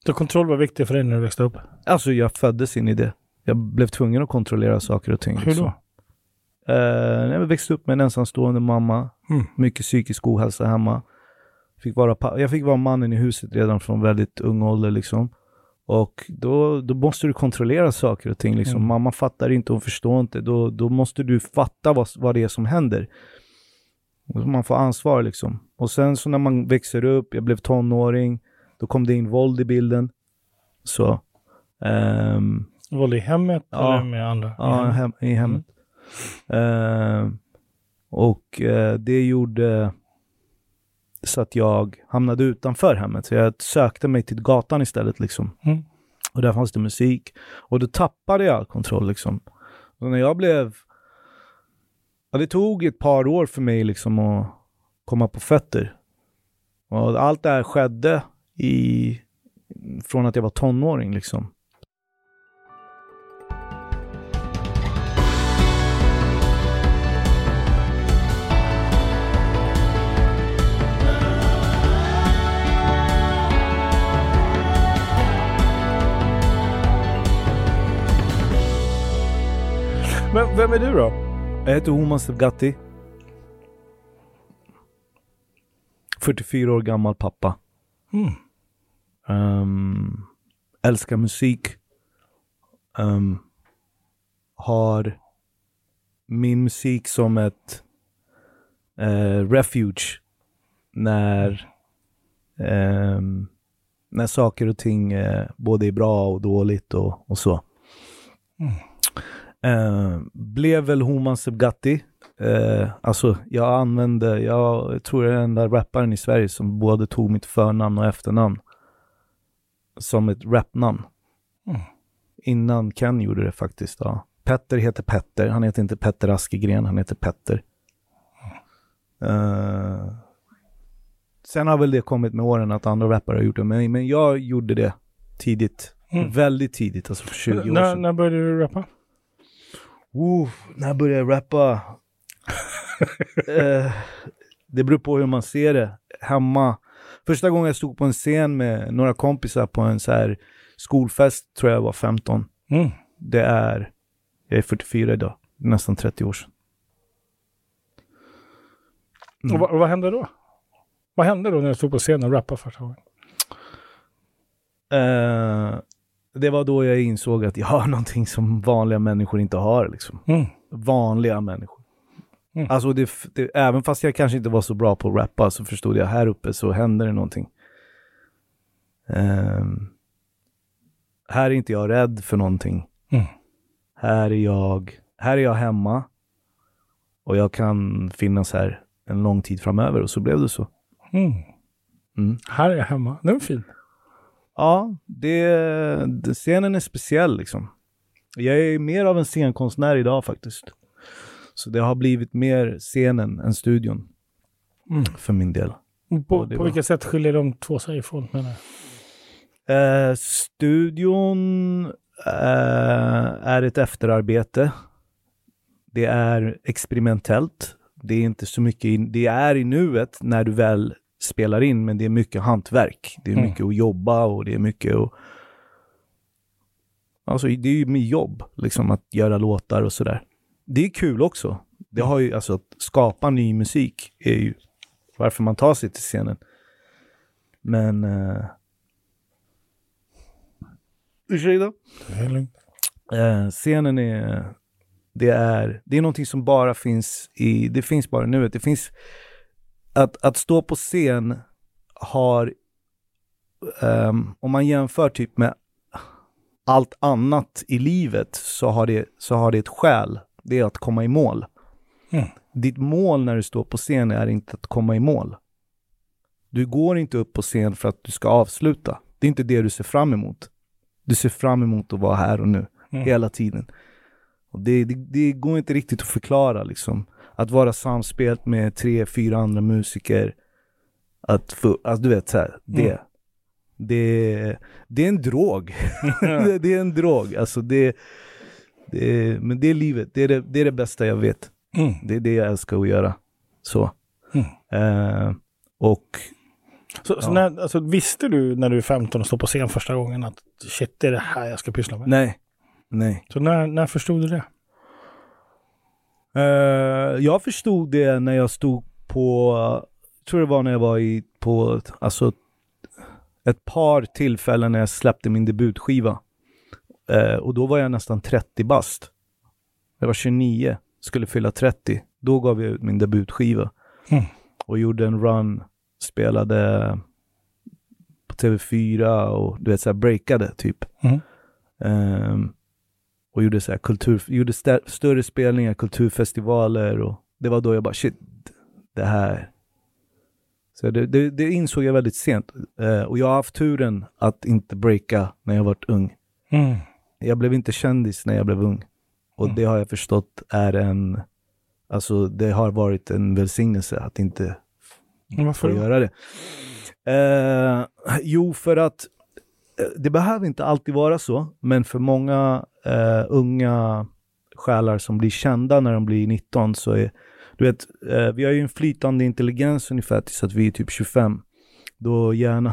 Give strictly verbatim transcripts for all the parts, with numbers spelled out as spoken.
Så kontroll var viktigt för dig när du växte upp? Alltså jag föddes in i det. Jag blev tvungen att kontrollera saker och ting. Hur liksom. då? Uh, jag växte upp med en ensamstående mamma. Mm. Mycket psykisk ohälsa hemma. Fick vara pa- jag fick vara mannen i huset redan från väldigt ung ålder. Liksom. Och då, då måste du kontrollera saker och ting. Liksom. Mm. Mamma fattar inte, hon förstår inte. Då, då måste du fatta vad, vad det är som händer. Man får ansvar liksom. Och sen så när man växer upp, jag blev tonåring, då kom det in våld i bilden. Så. Um, våld i hemmet ja, eller med andra? Ja, i, hem, i hemmet. Mm. Uh, och uh, det gjorde så att jag hamnade utanför hemmet. Så jag sökte mig till gatan istället liksom. Mm. Och där fanns det musik. Och då tappade jag kontroll liksom. Och när jag blev... Ja, det tog ett par år för mig liksom att komma på fötter. Och allt det här skedde i... från att jag var tonåring liksom. Men vem är du då? Jag heter Homan Sevgati. fyrtiofyra år gammal pappa. Mm. Um, älskar musik. Um, har min musik som ett uh, refuge när um, när saker och ting uh, både är bra och dåligt och, och så. Mm. Uh, blev väl Homan Sevgati. Uh, alltså jag använde, jag, jag tror jag är den enda rapparen i Sverige som både tog mitt förnamn och efternamn som ett rapnamn. Mm. Innan Ken gjorde det faktiskt. Ja. Petter heter Petter, han heter inte Petter Askegren, han heter Petter. Uh, sen har väl det kommit med åren att andra rappare har gjort det, men, men jag gjorde det tidigt. Mm. Väldigt tidigt, alltså för tjugo år när, sedan. när började du rappa? Uh, när började jag rappa? uh, det beror på hur man ser det. Hemma. Första gången jag stod på en scen med några kompisar på en så här skolfest, tror jag var femton. Mm. Det är, jag är fyrtiofyra idag. Nästan trettio år sedan. Mm. Och, vad, och vad hände då? Vad hände då när du stod på scenen och rappade första gången? Uh, det var då jag insåg att jag har någonting som vanliga människor inte har. Liksom. Mm. Vanliga människor. Mm. Alltså det, det, även fast jag kanske inte var så bra på att rappa så förstod jag här uppe så händer det någonting. Um, här är inte jag rädd för någonting. Mm. Här är jag här är jag hemma och jag kan finnas här en lång tid framöver, och så blev det så. Mm. Mm. Här är jag hemma. Det är fint. Ja, det, det, scenen är speciell liksom. Jag är mer av en scenkonstnär idag faktiskt. Så det har blivit mer scenen än studion. Mm. För min del. På, på vilket sätt skiljer de två sig ifrån, menar jag? Eh, studion eh, är ett efterarbete. Det är experimentellt. Det är inte så mycket in, det är i nuet när du väl spelar in, men det är mycket hantverk. Det är mycket mm. att jobba och det är mycket att... Alltså det är ju min jobb liksom, att göra låtar och sådär. Det är kul också. Det har ju, alltså, att skapa ny musik är ju varför man tar sig till scenen. Men uh... ursäkta? Det är lugnt. Uh, scenen är det är det är någonting som bara finns i det finns bara nu. Det finns att att stå på scen har um, om man jämför typ med allt annat i livet, så har det så har det ett skäl. Det är att komma i mål. Mm. Ditt mål när du står på scen är inte att komma i mål. Du går inte upp på scen för att du ska avsluta. Det är inte det du ser fram emot. Du ser fram emot att vara här och nu. Mm. Hela tiden. Och det, det, det går inte riktigt att förklara liksom. Att vara samspelt med tre, fyra andra musiker. Att få, alltså du vet så här, det. Mm. Det, det är en drog. det, det är en drog. Alltså det, det men det är livet. Det är det, det är det bästa jag vet. Mm. Det är det jag älskar att göra. Så. Mm. Uh, och Så, ja. så när, alltså, visste du när du är femton och stod på scen första gången att shit, det är det här jag ska pyssla med? Nej. Nej. Så när, när förstod du det? Uh, jag förstod det när jag stod på, jag tror det var när jag var i, på, alltså ett par tillfällen när jag släppte min debutskiva. Uh, och då var jag nästan trettio bast. Jag var tjugonio, skulle fylla trettio. Då gav jag ut min debutskiva. Mm. Och gjorde en run, spelade på T V fyra och du vet så här breakade typ. Mm. Um, och gjorde så här kultur, gjorde st- större spelningar, kulturfestivaler, och det var då jag bara shit, det här. Så det, det, det insåg jag väldigt sent. Uh, och jag har haft turen att inte breaka när jag varit ung. Mm. Jag blev inte kändis när jag blev ung. Och mm. det har jag förstått är en, alltså det har varit en välsignelse att inte få göra det. Uh, jo, för att det behöver inte alltid vara så, men för många uh, unga själar som blir kända när de blir nitton, så är, du vet, uh, vi har ju en flytande intelligens ungefär tills att vi är typ tjugofem. Då hjärnan,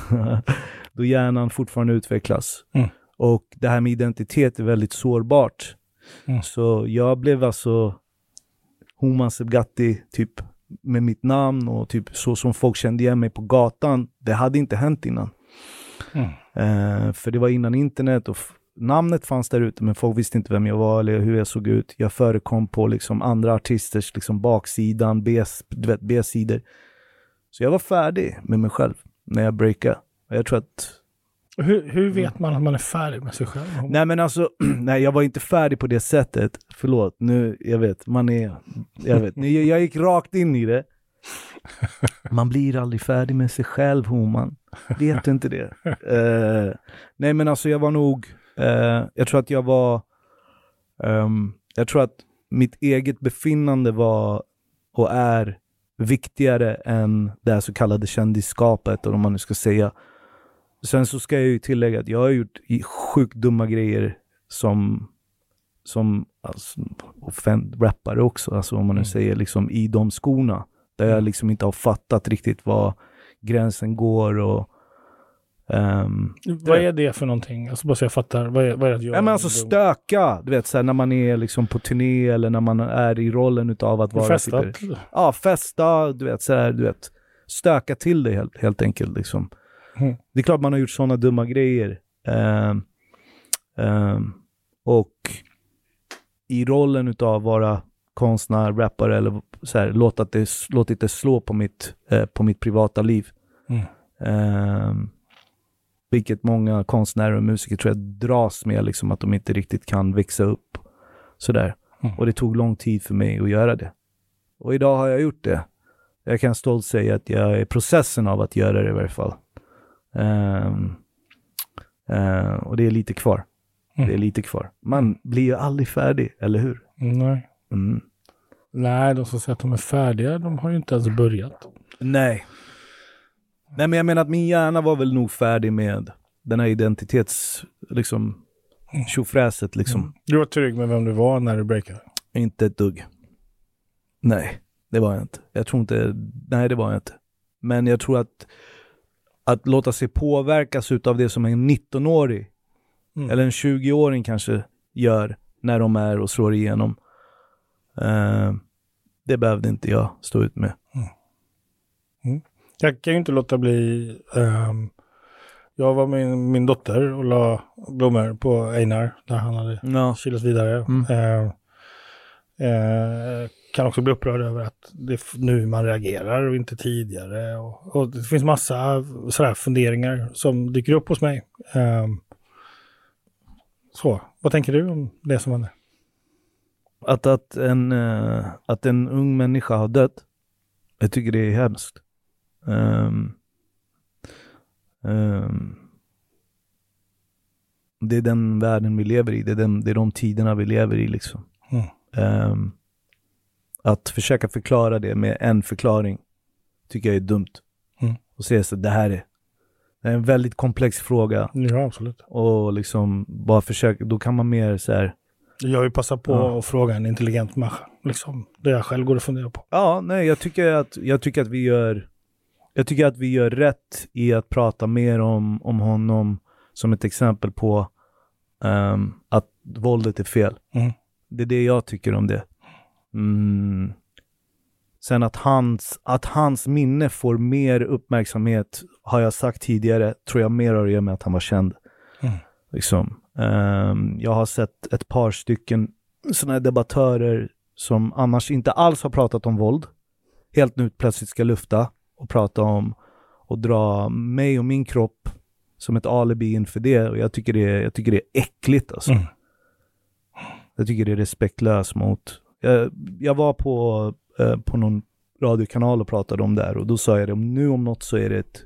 då hjärnan fortfarande utvecklas. Mm. Och det här med identitet är väldigt sårbart. Mm. Så jag blev alltså Homan Sebgatti typ med mitt namn och typ så som folk kände igen mig på gatan. Det hade inte hänt innan. Mm. Uh, för det var innan internet och f- namnet fanns där ute, men folk visste inte vem jag var eller hur jag såg ut. Jag förekom på liksom andra artisters liksom baksidan, B, du vet, B-sidor. Så jag var färdig med mig själv när jag breakade. Och jag tror att Hur, hur vet man att man är färdig med sig själv? Nej men alltså, nej jag var inte färdig på det sättet. Förlåt, nu, jag vet, man är, jag vet, nu, jag gick rakt in i det. Man blir aldrig färdig med sig själv, Homan. Vet du inte det? Uh, nej men alltså jag var nog, uh, jag tror att jag var, um, jag tror att mitt eget befinnande var och är viktigare än det här så kallade kändisskapet, och om man nu ska säga. Sen så ska jag ju tillägga att jag har gjort sjukt dumma grejer som som alltså, offend, rappare också, alltså om man nu mm. säger liksom i de skorna där jag liksom inte har fattat riktigt var gränsen går och um, vad är det för någonting? Alltså bara så jag fattar, vad är, vad är det att göra? Ja men alltså stöka, du vet så här, när man är liksom på turné eller när man är i rollen utav att vara festa. Typ, ja, festa, du vet så här, du vet stöka till det helt, helt enkelt liksom. Mm. Det är klart man har gjort sådana dumma grejer. Um, um, och i rollen utav att vara konstnär, rappare eller så här, låt att det, låt det slå på mitt, eh, på mitt privata liv. Mm. Um, vilket många konstnärer och musiker tror jag dras med, liksom, att de inte riktigt kan växa upp. Sådär. Mm. Och det tog lång tid för mig att göra det. Och idag har jag gjort det. Jag kan stolt säga att jag är i processen av att göra det i varje fall. Um, uh, och det är lite kvar. Mm. Det är lite kvar. Man blir ju aldrig färdig, eller hur? Nej. Mm. Nej, de som säger att de är färdiga, de har ju inte ens börjat. Nej. Nej, men jag menar att min hjärna var väl nog färdig med den här identitets liksom tjofräset liksom. Mm. Du var trygg med vem du var när du breakade? Inte ett dugg. Nej, det var jag inte. Jag tror inte, nej det var jag inte. Men jag tror att att låta sig påverkas utav det som en nittonårig mm. eller en tjugoåring kanske gör när de är och slår igenom. Uh, det behövde inte jag stå ut med. Mm. Mm. Jag kan ju inte låta bli. Um, jag var med min, min dotter och la blommor på Einar där han hade no. kilat vidare. Mm. Uh, uh, kan också bli upprörd över att det är nu man reagerar och inte tidigare. Och, och det finns massa sådär funderingar som dyker upp hos mig. Um, så, vad tänker du om det som händer? Att, att, en, uh, att en ung människa har dött, jag tycker det är hemskt. Um, um, det är den världen vi lever i. Det är, den, det är de tiderna vi lever i liksom. Mm. Um, att försöka förklara det med en förklaring tycker jag är dumt. Mm. Och säga så det här är, det är en väldigt komplex fråga. Ja, absolut. Och liksom bara försöka, då kan man mer så här. Jag vill passa på ja. att fråga en intelligent människa. Liksom, det jag själv går och funderar på. Ja, nej, jag tycker att, jag tycker att vi gör jag tycker att vi gör rätt i att prata mer om, om honom som ett exempel på um, att våldet är fel. Mm. Det är det jag tycker om det. Mm. Sen att hans, att hans minne får mer uppmärksamhet, har jag sagt tidigare, tror jag mer har att göra med att han var känd. Mm. Liksom. Um, jag har sett ett par stycken sådana här debattörer som annars inte alls har pratat om våld. Helt nu plötsligt ska lufta och prata om och dra mig och min kropp som ett alibi inför det. Och jag tycker det är, jag tycker det är äckligt alltså. Mm. Jag tycker det är respektlöst mot... Jag, jag var på, eh, på någon radiokanal och pratade om det här. Och då sa jag det, nu om något så är det ett...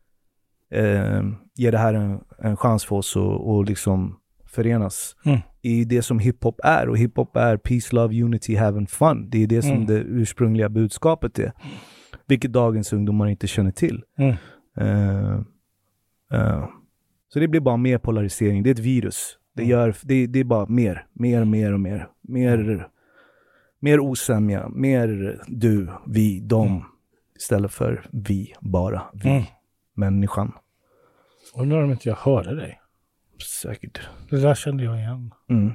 Eh, ger det här en, en chans för oss att och liksom förenas mm. i det som hiphop är. Och hiphop är peace, love, unity, having fun. Det är det som mm. det ursprungliga budskapet är. Vilket dagens ungdomar inte känner till. Mm. Uh, uh, så det blir bara mer polarisering. Det är ett virus. Det, mm. gör, det, det är bara mer. Mer, mer och mer. Mer, mm. mer osämja. Mer du, vi, dem. Mm. Istället för vi, bara vi. Mm. Människan. Undrar om inte jag hörde dig. Säkert. Det där kände jag igen. Mm.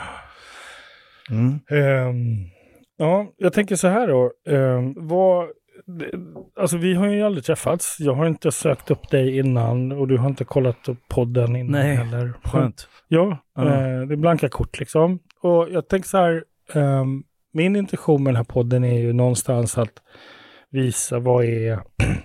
Mm. Um, ja, jag tänker så här då. Um, vad, alltså vi har ju aldrig träffats. Jag har inte sökt upp dig innan och du har inte kollat upp podden innan. Nej, heller. Skönt. Ja, mm. uh, det är blanka kort liksom. Och jag tänker så här. Um, min intention med den här podden är ju någonstans att visa vad är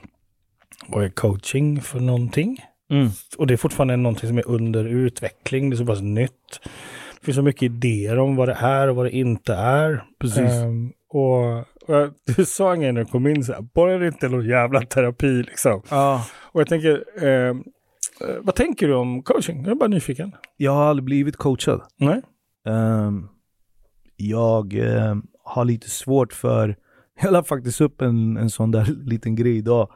vad är coaching för någonting. Mm. Och det är fortfarande någonting som är under utveckling. Det är så pass nytt. Det finns så mycket idéer om vad det är och vad det inte är. Precis. Um, och, och du sa en grej när du kom in så här, bara det inte någon jävla terapi liksom. Ja. Och jag tänker, um, vad tänker du om coaching? Jag är bara nyfiken. Jag har aldrig blivit coachad. Nej. Um, jag um, har lite svårt för, jag la faktiskt upp en, en sån där liten grej idag.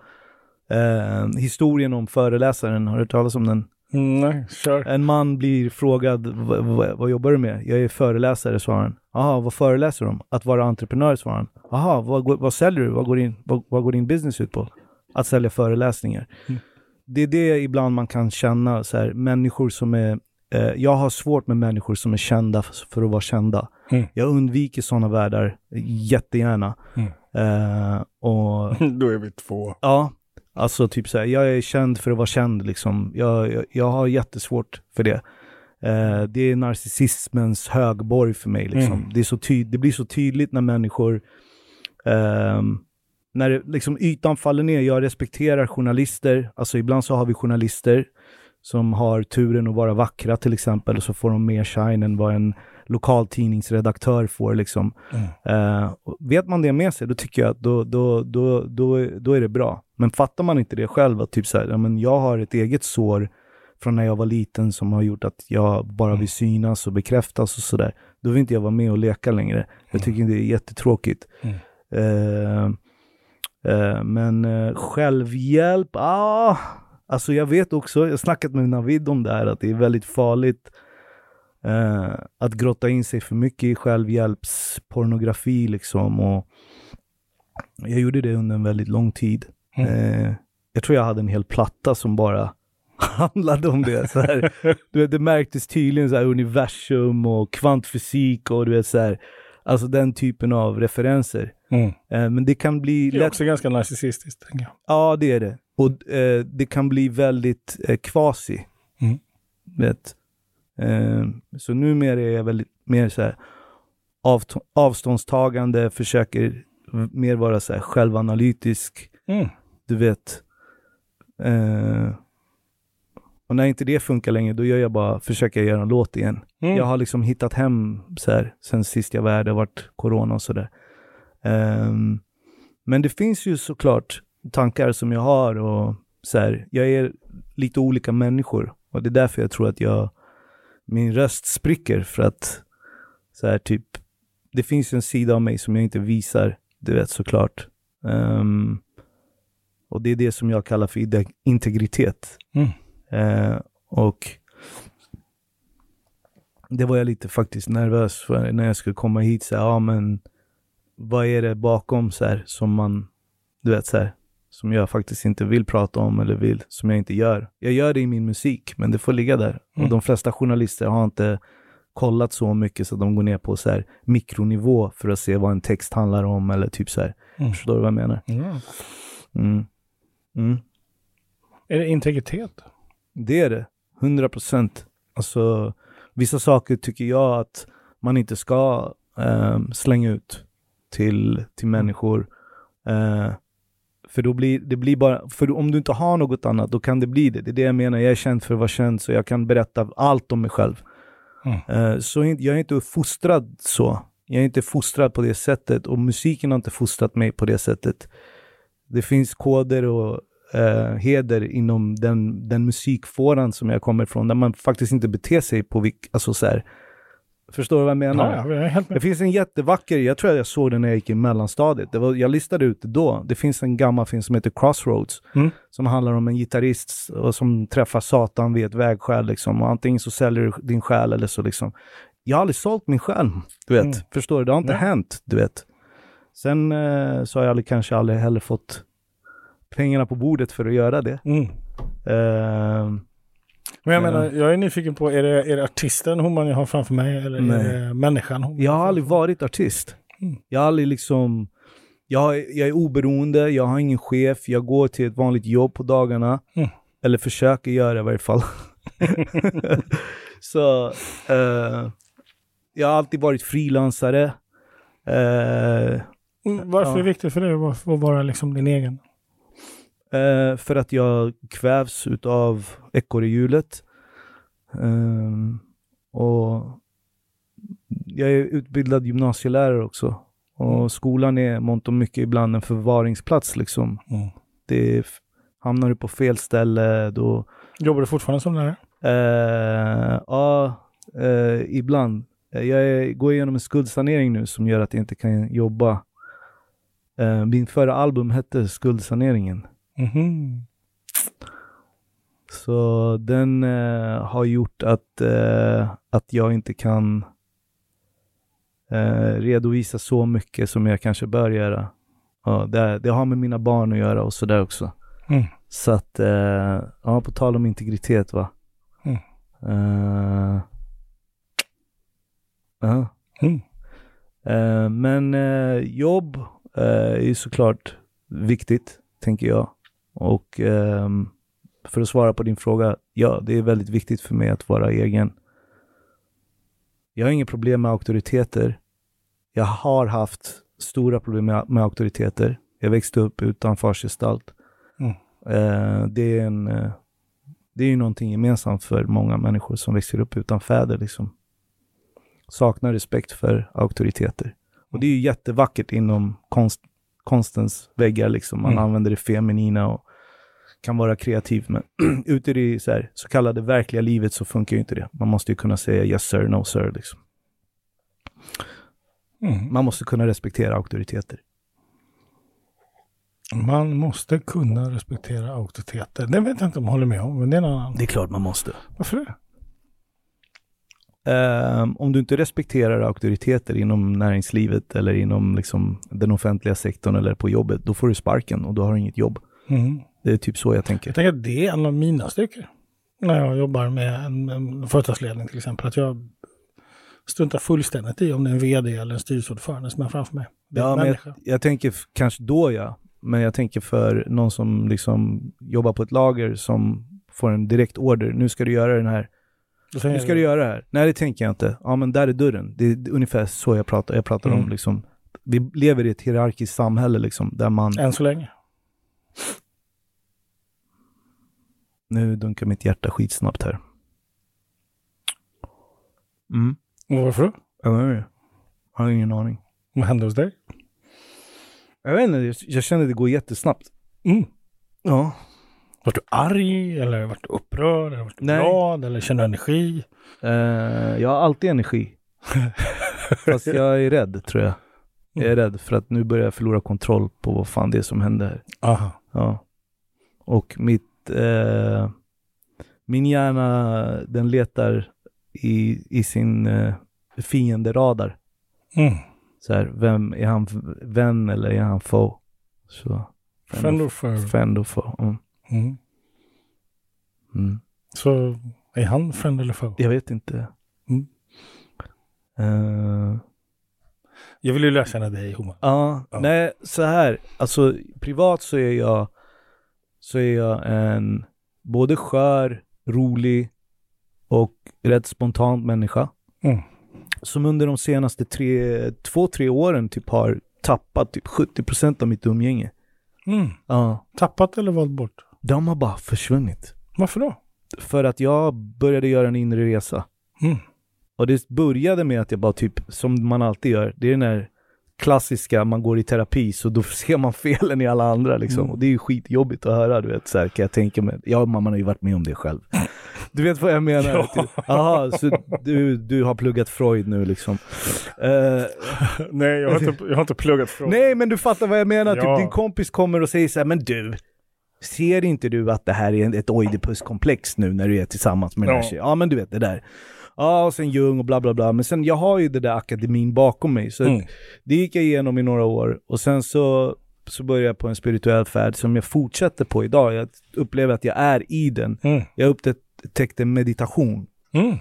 Uh, historien om föreläsaren, har du hört talas om den? Mm, nej, kör. En man blir frågad, v- v- vad jobbar du med? Jag är föreläsare, svarar han. Jaha, vad föreläser du om? Att vara entreprenör, svarar han. Jaha, vad, vad säljer du? Vad går, in, vad, vad går din business ut på? Att sälja föreläsningar. Mm. Det är det ibland man kan känna, så här, människor som är, eh, jag har svårt med människor som är kända för att vara kända. Mm. Jag undviker sådana världar jättegärna. Mm. Uh, och då är vi två. Ja. Alltså typ så här, jag är känd för att vara känd liksom. Jag, jag, jag har jättesvårt för det. Eh, det är narcissismens högborg för mig liksom. Mm. Det, är så ty- det blir så tydligt när människor eh, när det, liksom ytan faller ner. Jag respekterar journalister. Alltså ibland så har vi journalister som har turen att vara vackra till exempel. Och så får de mer shine än vad en lokal tidningsredaktör får liksom. Mm. Eh, vet man det med sig, då tycker jag att då, då, då, då, då är det bra. Men fattar man inte det själv, att typ så här, ja, men jag har ett eget sår från när jag var liten som har gjort att jag bara vill synas och bekräftas och sådär. Då vill inte jag vara med och leka längre. Jag tycker det är jättetråkigt. Mm. Eh, eh, men eh, självhjälp, ah, alltså jag vet också, jag har snackat med Navid om det här, att det är väldigt farligt Uh, att grotta in sig för mycket i självhjälpspornografi liksom, och jag gjorde det under en väldigt lång tid. Mm. Uh, jag tror jag hade en hel platta som bara handlade om det. Så här, du vet, det märktes tydligen så här, universum och kvantfysik och du vet så här, alltså den typen av referenser. Mm. Uh, men det kan bli... Det är lätt... också ganska narcissistiskt, tänker jag. Ja, det är det. Och uh, det kan bli väldigt uh, kvasi. Mm. Vet. Uh, så numera är jag väldigt mer så här av, avståndstagande, försöker mer vara så här självanalytisk. Mm. Du vet. Uh, och när inte det funkar längre, då gör jag bara, försöker jag göra en låt igen. Mm. Jag har liksom hittat hem så här sen sist jag var här, det har varit corona och sådär. Um, men det finns ju såklart tankar som jag har och så här, jag är lite olika människor och det är därför jag tror att jag min röst spricker, för att så här typ, det finns en sida av mig som jag inte visar, du vet, såklart. Um, och det är det som jag kallar för integritet. Mm. Uh, och det var jag lite faktiskt nervös för när jag skulle komma hit. Så här, ja, men vad är det bakom så här som man, du vet, så här, som jag faktiskt inte vill prata om eller vill, som jag inte gör. Jag gör det i min musik, men det får ligga där. Mm. Och de flesta journalister har inte kollat så mycket så att de går ner på så här mikronivå för att se vad en text handlar om eller typ så här. Mm. Förstår du vad jag menar? Mm. Mm. Mm. Är det integritet? Det är det. hundra procent. Alltså, vissa saker tycker jag att man inte ska eh, slänga ut till, till människor. Eh, för då blir det blir bara, för om du inte har något annat, då kan det bli det. Det är det jag menar. Jag är känd för att vara känd, så jag kan berätta allt om mig själv. Mm. Eh, så jag är inte fostrad så. Jag är inte fostrad på det sättet, och musiken har inte fostrat mig på det sättet. Det finns koder och Uh, heder inom den, den musikfåran som jag kommer ifrån, där man faktiskt inte beter sig på vilk, alltså så här, förstår du vad jag menar? Ja, jag är helt med. Det finns en jättevacker, jag tror att jag såg den när jag gick i mellanstadiet, det var, jag listade ut det då, det finns en gammal film som heter Crossroads, mm. som handlar om en gitarrist och som träffar Satan vid ett vägskäl liksom, och antingen så säljer du din själ eller så liksom. Jag har aldrig sålt min själ, du vet, mm. förstår du? Det har inte ja. hänt, du vet. Sen uh, så har jag aldrig, kanske aldrig heller fått pengarna på bordet för att göra det. Mm. Uh, Men jag uh, menar, jag är nyfiken på, är det, är det artisten hon man har framför mig, eller nej. är det människan? Hon jag har aldrig varit artist. Mm. Jag har aldrig liksom, jag, jag är oberoende, jag har ingen chef, jag går till ett vanligt jobb på dagarna, mm. eller försöker göra i varje fall. Så uh, jag har alltid varit frilansare. Uh, mm, varför ja. är det viktigt för dig att vara liksom din egen? Uh, för att jag kvävs utav ekorrehjulet. Uh, och jag är utbildad gymnasielärare också. Och mm. skolan är mångt och mycket ibland en förvaringsplats liksom. Mm. Det är, hamnar du på fel ställe då... Jobbar du fortfarande som lärare? Uh, ja, uh, ibland. Jag är, går igenom en skuldsanering nu som gör att jag inte kan jobba. Uh, min förra album hette Skuldsaneringen. Mm-hmm. Så den uh, har gjort att, uh, att jag inte kan uh, redovisa så mycket som jag kanske bör göra. Uh, det, det har med mina barn att göra och sådär också. Mm. Så att, uh, ja, på tal om integritet va. Mm. Uh, uh. Mm. Uh, men uh, jobb uh, är ju såklart viktigt, tänker jag. Och um, för att svara på din fråga, ja, det är väldigt viktigt för mig att vara egen. Jag har inga problem med auktoriteter. Jag har haft stora problem med, med auktoriteter. Jag växte upp utan farsgestalt. Mm. Uh, det är en uh, det är ju någonting gemensamt för många människor som växer upp utan fäder liksom. Saknar respekt för auktoriteter. Och det är ju jättevackert inom konst, konstens väggar liksom. Man mm. använder det feminina och kan vara kreativ, men ute i det så, här, så kallade verkliga livet så funkar ju inte det. Man måste ju kunna säga yes sir, no sir liksom. Mm. Man måste kunna respektera auktoriteter. Man måste kunna respektera auktoriteter. Det vet jag inte om jag håller med om, men det är någon annan. Det är klart man måste. Varför det? Um, om du inte respekterar auktoriteter inom näringslivet eller inom liksom, den offentliga sektorn eller på jobbet, då får du sparken och då har du inget jobb. Mm. Det är typ så jag tänker. Jag tänker att det är en av mina stycken. När jag jobbar med en, en företagsledning till exempel. Att jag struntar fullständigt i om det är en vd eller en styrelseordförande som är framför mig. Ja, men jag, jag tänker kanske då ja. Men jag tänker för någon som liksom jobbar på ett lager som får en direkt order. Nu ska du göra den här. Nu ska du göra det här. Nej, det tänker jag inte. Ja, men där är dörren. Det är ungefär så jag pratar. Jag pratar mm. om liksom. Vi lever i ett hierarkiskt samhälle liksom. Där man... Än så länge. Nu dunkar mitt hjärta skitsnabbt här. Mm. Och varför? Jag vet inte. Jag har ingen aning. Vad hände hos dig? Jag vet inte. Jag, jag känner att det går jättesnabbt. Mm. Ja. Vart du arg? Eller vart du upprörd? Eller vart du Nej. glad? Eller känner du energi? Uh, jag har alltid energi. Fast jag är rädd, tror jag. Jag är rädd för att nu börjar jag förlora kontroll på vad fan det är som händer. Aha. Ja. Och mitt Uh, min hjärna, den letar i, i sin uh, fienderadar. Mm. Så här, vem är han vän eller är han få? Så Friend or foe. Friend or foe. Mm. Mm. Mm. Så är han friend eller foe? Jag vet inte. Mm. Uh, jag vill ju lära känna dig, Homa. Ja, uh, nej, så här. Alltså, privat så är jag så är jag en både skör, rolig och rätt spontant människa. Mm. Som under de senaste tre, två, tre åren typ har tappat typ sjuttio procent av mitt umgänge. Mm. Ja. Tappat eller valt bort? De har bara försvunnit. Varför då? För att jag började göra en inre resa. Mm. Och det började med att jag bara typ, som man alltid gör, det är den här klassiska, man går i terapi så då ser man felen i alla andra liksom. Mm. Och det är ju skitjobbigt att höra, du vet, så här, kan jag tänka mig. Ja, man har ju varit med om det själv. Du vet vad jag menar? Ja. Typ. Aha, så du, du har pluggat Freud nu liksom. Uh, Nej, jag har, inte, jag har inte pluggat Freud. Nej, men du fattar vad jag menar. Ja. Typ, din kompis kommer och säger så här, men du, ser inte du att det här är ett Oidipuskomplex nu när du är tillsammans med ja. den här tjejen? Ja, men du vet det där. Ja, och sen Jung och bla bla bla. Men sen, jag har ju det där akademin bakom mig. Så mm. det gick jag igenom i några år. Och sen så, så började jag på en spirituell färd som jag fortsätter på idag. Jag upplever att jag är i den. Mm. Jag upptäckte meditation. Mm.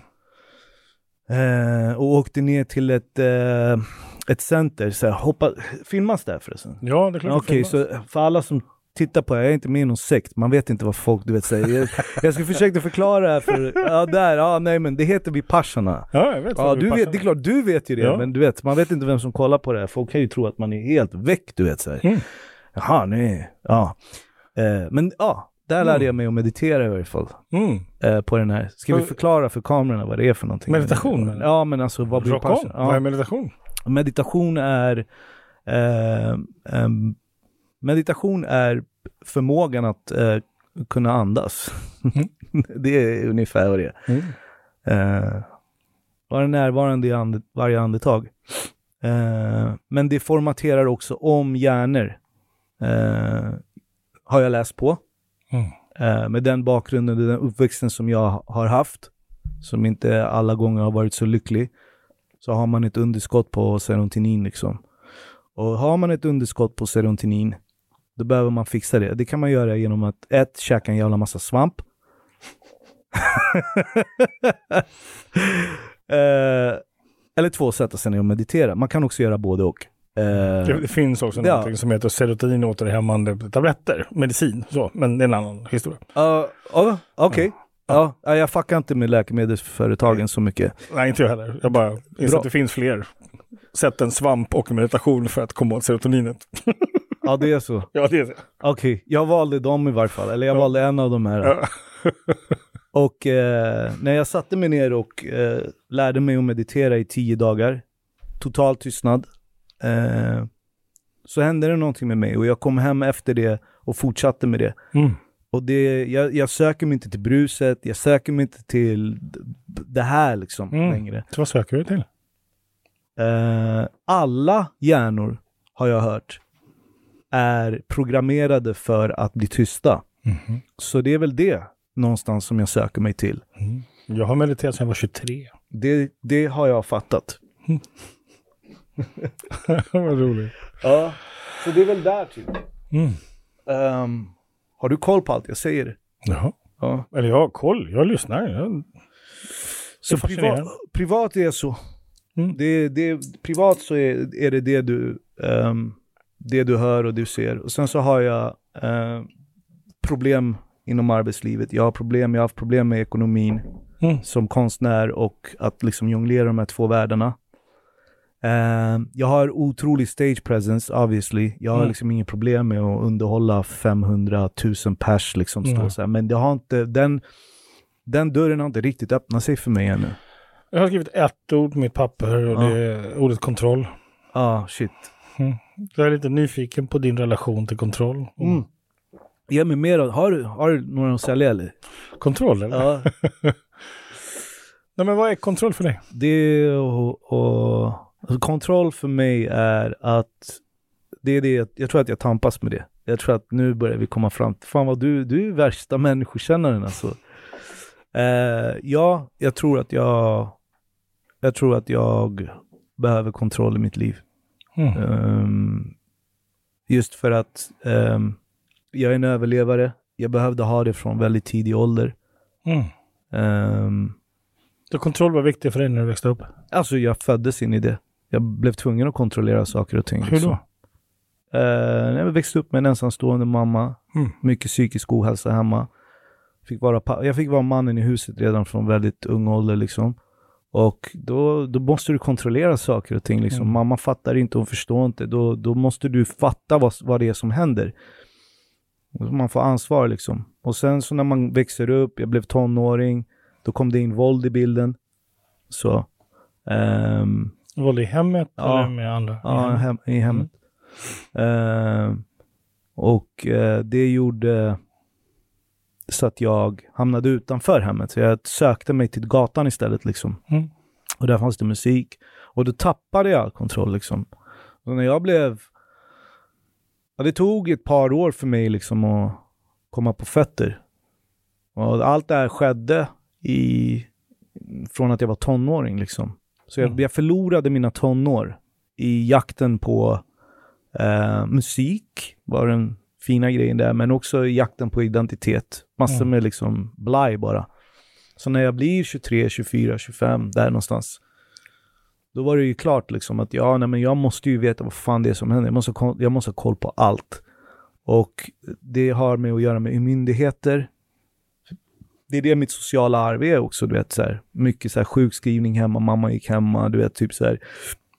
Eh, och åkte ner till ett, eh, ett center. Så här, hoppa, filmas där förresten? Ja, det är klart. Okej, så för alla som titta på, jag är inte med i någon sekt. Man vet inte vad folk, du vet, säger. Jag, jag ska försöka förklara här för, ja där, ja nej men det heter Vipassana. Ja, jag vet. Ja, du vet, det är klart, du vet ju det, ja. Men du vet, man vet inte vem som kollar på det här. Folk kan ju tro att man är helt väck, du vet så här. Mm. Jaha, nej, ja. Eh, men ja, där lärde mm. jag mig att meditera i varje fall. Mm. Eh, på den här. Ska vi förklara för kamerorna vad det är för någonting? Meditation? Men... Ja, men alltså, vad blir Vipassana? Ja. Vad är meditation? Meditation är eh, eh, meditation är förmågan att eh, kunna andas. Mm. Det är ungefär vad det är. Mm. Eh, vara närvarande i and- varje andetag. Eh, men det formaterar också om hjärnor. Eh, har jag läst på. Mm. Eh, med den bakgrunden, den uppväxten som jag har haft, som inte alla gånger har varit så lycklig, så har man ett underskott på serotonin liksom. Och har man ett underskott på serotonin, då behöver man fixa det. Det kan man göra genom att ett, käka en jävla massa svamp. eh, eller två, sätta sig ner och meditera. Man kan också göra både och. Eh, det, det finns också ja. någonting som heter serotoninåterhämmande tabletter. Medicin, så. Men det är en annan historia. Uh, uh, Okej. Okay. Ja. Ja, jag fuckar inte med läkemedelsföretagen så mycket. Nej, inte jag heller. Jag bara inser att det finns fler sätt än svamp och meditation för att komma åt serotoninet. Ja, det är så. Ja, det är så. Okej, okay. Jag valde dem i varje fall. Eller jag ja. valde en av de här. Ja. Och eh, när jag satte mig ner och eh, lärde mig att meditera i tio dagar, total tystnad, eh, så hände det någonting med mig. Och jag kom hem efter det och fortsatte med det. Mm. Och det, jag, jag söker mig inte till bruset, jag söker mig inte till det här liksom mm. längre. Så vad söker du till? Eh, alla hjärnor, har jag hört, är programmerade för att bli tysta. Mm. Så det är väl det någonstans som jag söker mig till. Mm. Jag har mediterat sedan jag var tjugotre. Det, det har jag fattat. Mm. Vad roligt. Ja, så det är väl där typ. Mm. Um, har du koll på allt jag säger? Jaha. Ja. Eller jag har koll, jag lyssnar. Jag... Så privat, privat är så. Mm. Det, det, privat så är, är det det du, um, det du hör och du ser. Och sen så har jag uh, problem inom arbetslivet. Jag har problem, jag har haft problem med ekonomin mm. som konstnär och att liksom jonglera de här två världarna. Uh, jag har otrolig stage presence, obviously. Jag har mm. liksom inget problem med att underhålla femhundratusen pers liksom stå mm. så här. Men jag har inte, den, den dörren har inte riktigt öppnat sig för mig ännu. Jag har skrivit ett ord på mitt papper och ja. det är ordet kontroll. Ja, ah, shit. Mm. Jag är lite nyfiken på din relation till kontroll. Mm. Ge mig mer. Har du, har du några att sälja eller? Kontroll eller? Ja. Nej, men vad är kontroll för dig? Det är och, och alltså, kontroll för mig är att det är det, jag tror att jag tampas med det. Jag tror att nu börjar vi komma fram till, fan vad du, du är värsta människokännaren alltså. Uh, ja, jag tror att jag jag tror att jag behöver kontroll i mitt liv. Mm. Um, just för att um, jag är en överlevare. Jag behövde ha det från väldigt tidig ålder. Mm. Um, Så kontroll var viktigt för dig när du växte upp? Alltså jag föddes in i det. Jag blev tvungen att kontrollera saker och ting. Hur liksom. då? Uh, jag växte upp med en ensamstående mamma. Mm. Mycket psykisk ohälsa hemma. Fick vara pa- jag fick vara mannen i huset redan från väldigt ung ålder liksom. Och då, då måste du kontrollera saker och ting liksom. Mm. Mamma fattar inte, hon förstår inte. Då, då måste du fatta vad, vad det är som händer. Man får ansvar liksom. Och sen så när man växer upp, jag blev tonåring, då kom det in våld i bilden. Så. Um, våld i hemmet ja, eller med andra? Ja, hem, i hemmet. Mm. Uh, och uh, det gjorde så att jag hamnade utanför hemmet. Så jag sökte mig till gatan istället liksom. Mm. Och där fanns det musik. Och då tappade jag kontroll liksom. Och när jag blev... Ja, det tog ett par år för mig liksom att komma på fötter. Och allt det här skedde i, från att jag var tonåring liksom. Så jag, mm. jag förlorade mina tonår i jakten på eh, musik. Var den fina grejen där. Men också i jakten på identitet. Massor mm. med liksom blaj bara. Så när jag blir tjugotre, tjugofyra, tjugofem där någonstans. Då var det ju klart liksom att ja, nej, men jag måste ju veta vad fan det är som händer. Jag måste, jag måste ha koll på allt. Och det har med att göra med myndigheter. Det är det mitt sociala arv är också, du vet så här. Mycket så här sjukskrivning hemma, mamma gick hemma, du vet typ så här.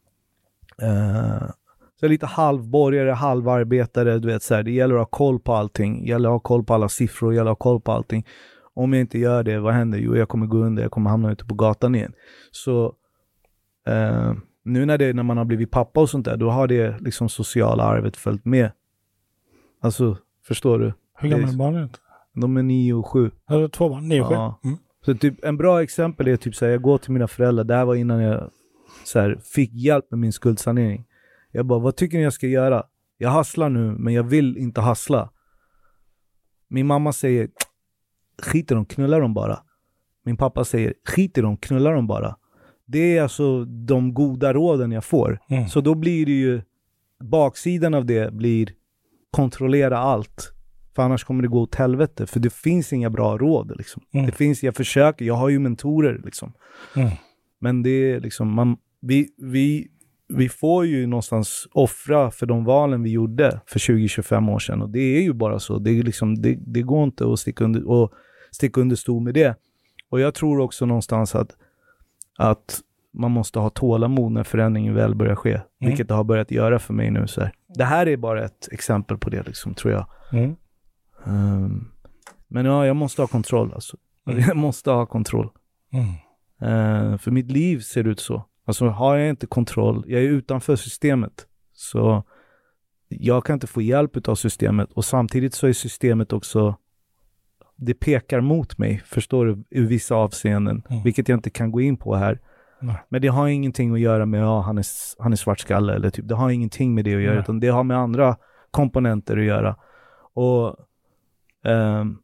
Uh, så lite halvborgare, halvarbetare, du vet så här. Det gäller att ha koll på allting. Det gäller att ha koll på alla siffror, det gäller att ha koll på allting. Om jag inte gör det, vad händer? Jo, jag kommer gå under, jag kommer hamna ute på gatan igen. Så Uh, nu när, det, när man har blivit pappa och sånt där, då har det liksom sociala arvet följt med. Alltså, förstår du? Hur gammal är barnet? De är nio och sju. Ja, det är två barn, nio och sju. Ja. Mm. Så typ en bra exempel är typ så här, jag går till mina föräldrar, det här var innan jag så här, fick hjälp med min skuldsanering. Jag bara, vad tycker ni jag ska göra? Jag hasslar nu, men jag vill inte hassla. Min mamma säger, skit i dem, knullar dem bara. Min pappa säger, skit i dem, knullar dem bara. Det är alltså de goda råden jag får. Mm. Så då blir det ju, baksidan av det blir kontrollera allt. För annars kommer det gå åt helvete. För det finns inga bra råd liksom. Mm. Det finns, jag försöker, jag har ju mentorer liksom. Mm. Men det är liksom, man, vi, vi, vi får ju någonstans offra för de valen vi gjorde för tjugo till tjugofem år sedan. Och det är ju bara så. Det, är liksom, det, det går inte att sticka under, och sticka under stol med det. Och jag tror också någonstans att att man måste ha tålamod när förändringen väl börjar ske. Mm. Vilket det har börjat göra för mig nu. Så här. Det här är bara ett exempel på det, liksom, tror jag. Mm. Um, men ja, jag måste ha kontroll. Alltså. Mm. Jag måste ha kontroll. Mm. Uh, för mitt liv ser ut så. Alltså har jag inte kontroll, jag är utanför systemet. Så jag kan inte få hjälp av systemet. Och samtidigt så är systemet också, det pekar mot mig, förstår du, i vissa avseenden. Mm. Vilket jag inte kan gå in på här. Nej. Men det har ingenting att göra med, ja, han är, han är svartskalle eller typ. Det har ingenting med det att göra. Nej. Utan det har med andra komponenter att göra. Och um,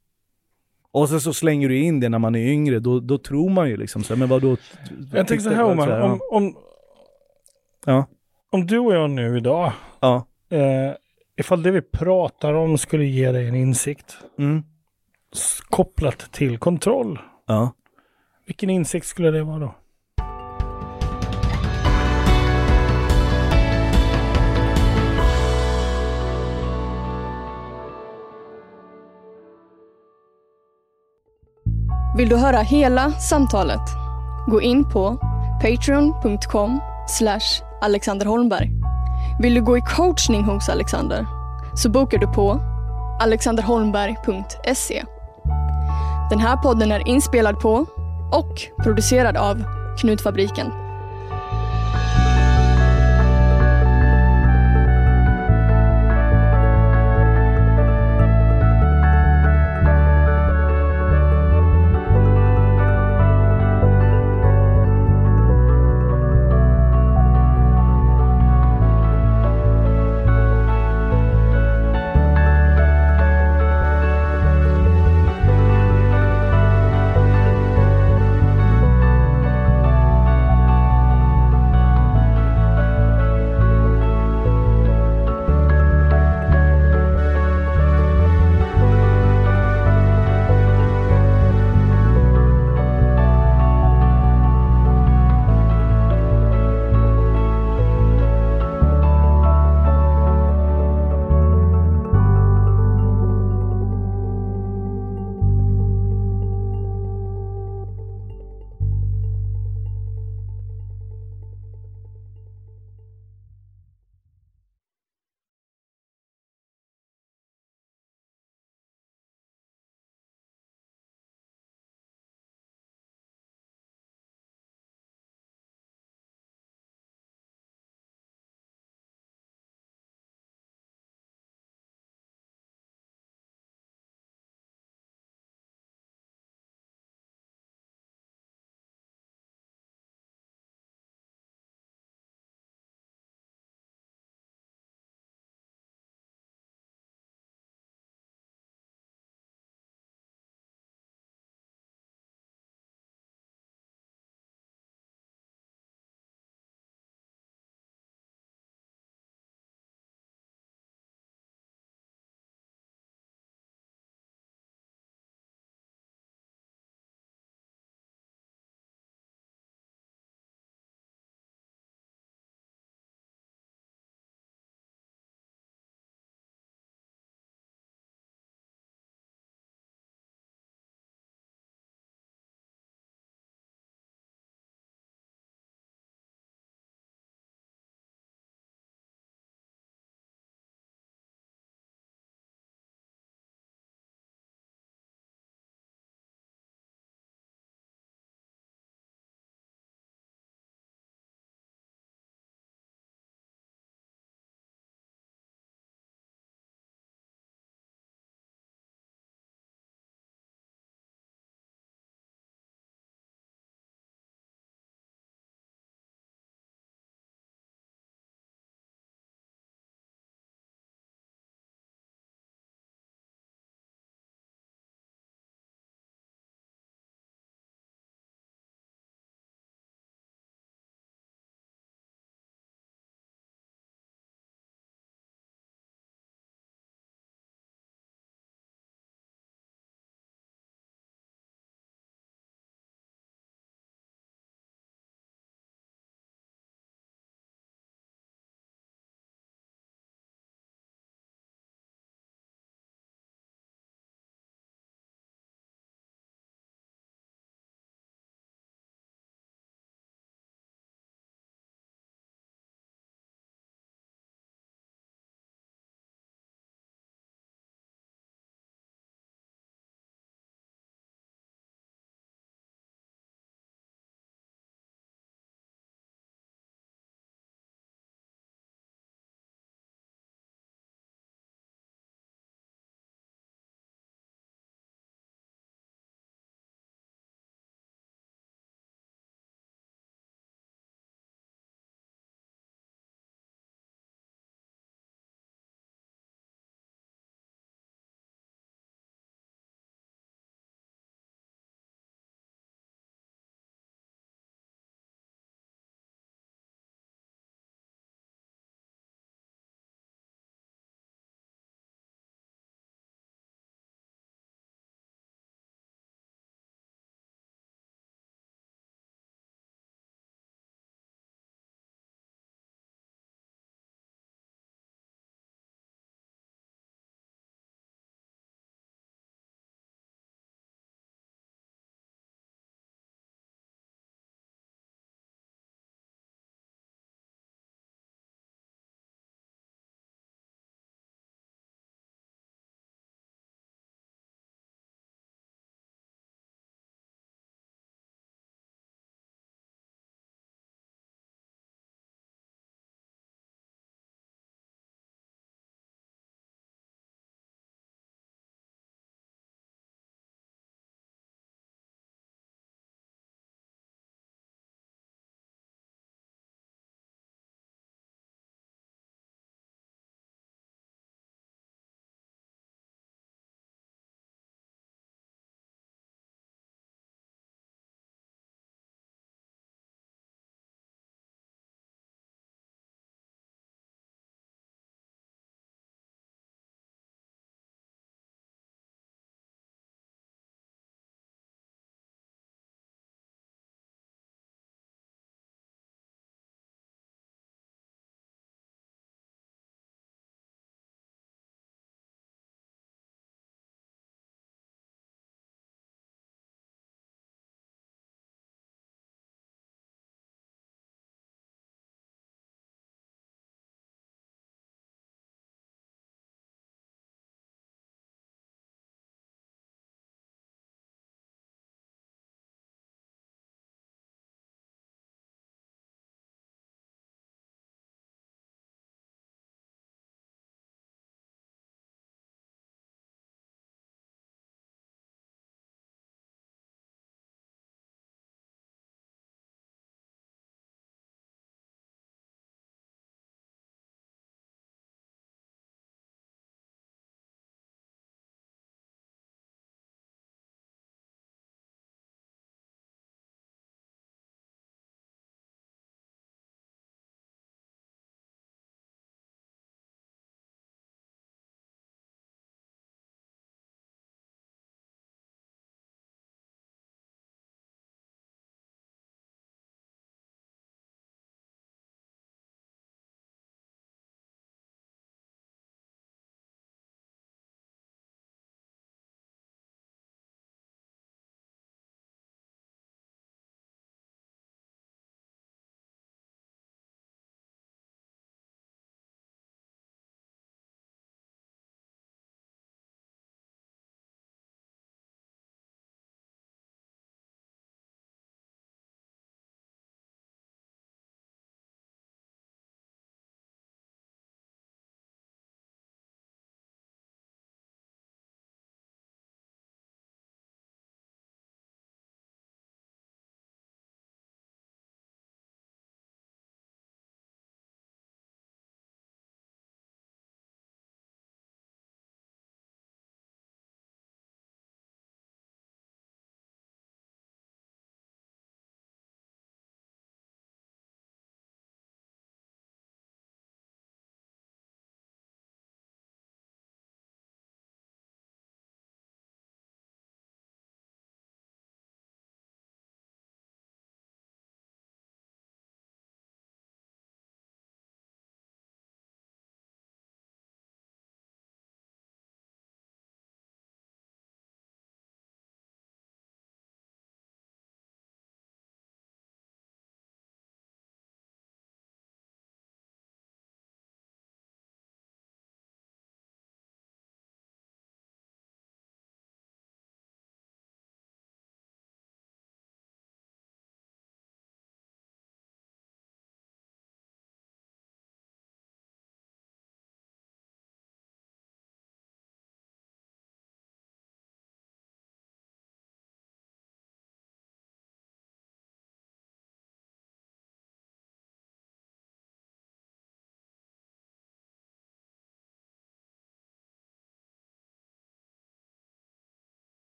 och sen så slänger du in det när man är yngre. Då, då tror man ju liksom så här, men vad då? Jag tänker så här, Omar, här, om, om, ja. om du och jag nu idag, ja. eh, ifall det vi pratar om skulle ge dig en insikt, mm. kopplat till kontroll. Ja. Vilken insikt skulle det vara då? Vill du höra hela samtalet? Gå in på patreon punkt com slash Alexander Holmberg. Vill du gå i coachning hos Alexander så bokar du på alexander holmberg punkt se. Den här podden är inspelad på och producerad av Knutfabriken.